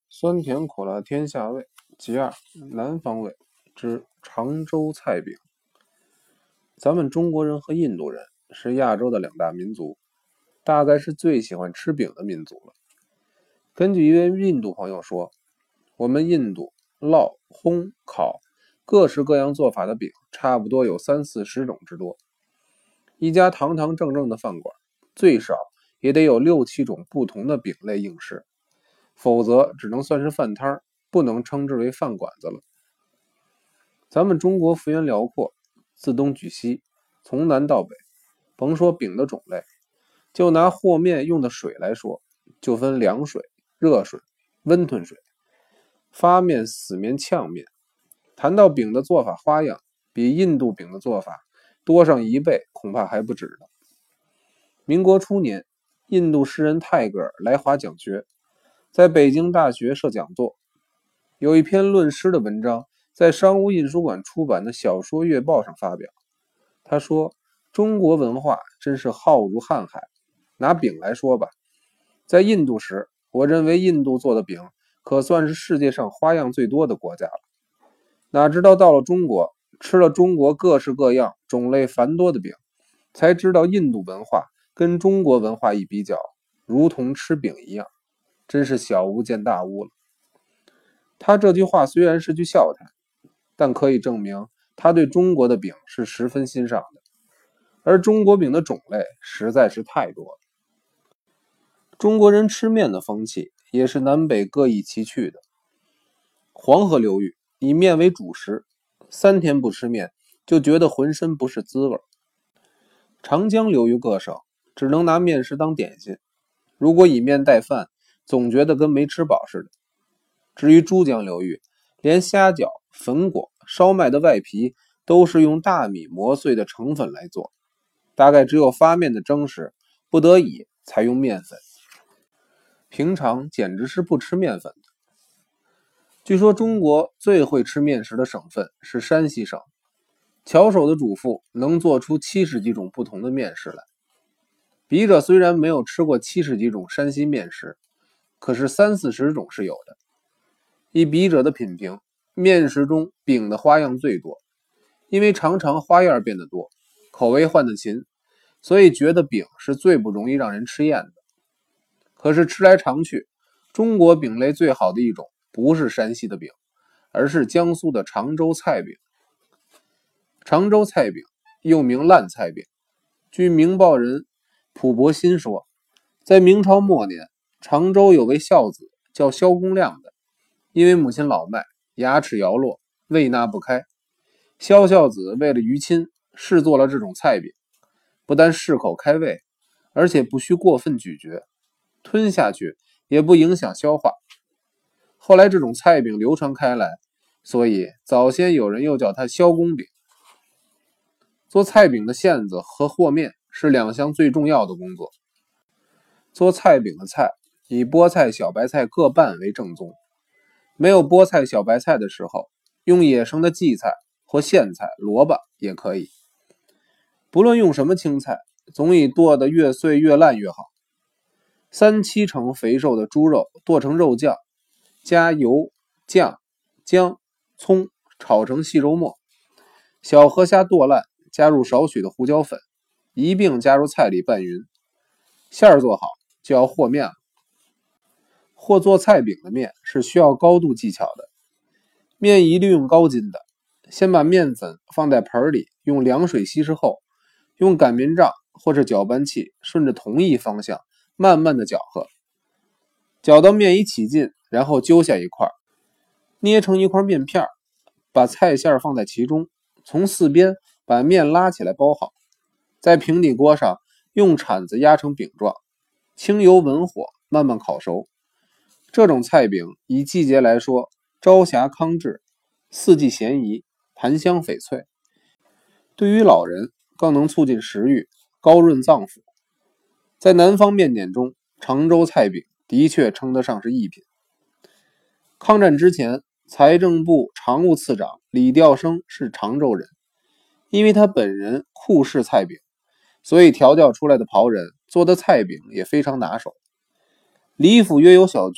酸甜苦辣天下味，其二南方味之常州菜饼。咱们中国人和印度人是亚洲的两大民族，大概是最喜欢吃饼的民族了。根据一位印度朋友说，我们印度烙、烘、烤各式各样做法的饼差不多有30-40种之多。一家堂堂正正的饭馆，最少也得有6-7种不同的饼类应食，否则只能算是饭摊，不能称之为饭馆子了。咱们中国幅员辽阔，自东及西，从南到北，甭说饼的种类，就拿和面用的水来说，就分凉水、热水、温吞水、发面、死面、呛面。谈到饼的做法花样，比印度饼的做法多上1倍，恐怕还不止呢。民国初年，印度诗人泰戈尔来华讲学，在北京大学设讲座，有一篇论诗的文章在商务印书馆出版的小说月报上发表。他说，中国文化真是浩如瀚海。拿饼来说吧，在印度时，我认为印度做的饼可算是世界上花样最多的国家了。哪知道到了中国，吃了中国各式各样种类繁多的饼，才知道印度文化跟中国文化一比较，如同吃饼一样，真是小巫见大巫了。他这句话虽然是句笑谈，但可以证明他对中国的饼是十分欣赏的，而中国饼的种类实在是太多了。中国人吃面的风气也是南北各异其趣的。黄河流域以面为主食，3天不吃面就觉得浑身不是滋味。长江流域各省只能拿面食当点心，如果以面带饭，总觉得跟没吃饱似的。至于珠江流域，连虾饺、粉果、烧麦的外皮都是用大米磨碎的成粉来做，大概只有发面的蒸时不得已才用面粉，平常简直是不吃面粉的。据说中国最会吃面食的省份是山西省，巧手的主妇能做出70几种不同的面食来。笔者虽然没有吃过70几种山西面食，可是30-40种是有的。以笔者的品评，面食中饼的花样最多，因为常常花样变得多，口味换得勤，所以觉得饼是最不容易让人吃厌的。可是吃来尝去，中国饼类最好的一种不是山西的饼，而是江苏的常州菜饼。常州菜饼又名烂菜饼，据明报人蒲伯新说，在明朝末年，常州有位孝子叫萧公亮的，因为母亲老迈，牙齿摇落，胃纳不开。萧孝子为了于亲，试做了这种菜饼，不但适口开胃，而且不需过分咀嚼，吞下去也不影响消化。后来这种菜饼流传开来，所以早先有人又叫它萧公饼。做菜饼的馅子和和面是2项最重要的工作。做菜饼的菜以菠菜、小白菜各半为正宗，没有菠菜、小白菜的时候，用野生的荠菜或苋菜、萝卜也可以。不论用什么青菜，总以剁得越碎越烂越好。3-7成肥瘦的猪肉剁成肉酱，加油、酱、姜、葱炒成细肉末，小河虾剁烂，加入少许的胡椒粉，一并加入菜里拌匀。馅儿做好就要和面了。和做菜饼的面是需要高度技巧的，面一律用高筋的。先把面粉放在盆里，用凉水稀释后，用擀面杖或者搅拌器顺着同一方向慢慢的搅和，搅到面一起劲，然后揪下一块，捏成一块面片，把菜馅放在其中，从4边把面拉起来包好，在平底锅上用铲子压成饼状，轻油文火慢慢烤熟。这种菜饼以季节来说，朝霞康至，四季咸宜，盘香翡翠。对于老人更能促进食欲，高润脏腑。在南方面点中，常州菜饼的确称得上是一品。抗战之前，财政部常务次长李调生是常州人，因为他本人酷嗜菜饼，所以调教出来的袍人做的菜饼也非常拿手。李府约有小聚，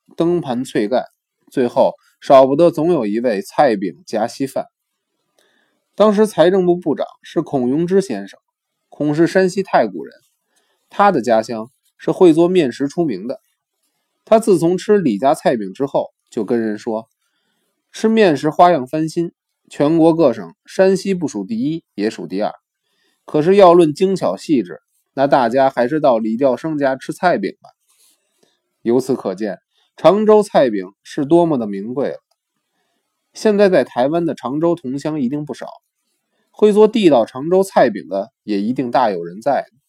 灯盘翠盖，最后少不得总有一位菜饼夹稀饭。当时财政部部长是孔永之先生，孔是山西太谷人，他的家乡是会做面食出名的。他自从吃李家菜饼之后，就跟人说，吃面食花样翻新，全国各省山西不属第一也属第二，可是要论精巧细致，那大家还是到李调生家吃菜饼吧。由此可见，常州菜饼是多么的名贵了。现在在台湾的常州同乡一定不少，会做地道常州菜饼的也一定大有人在。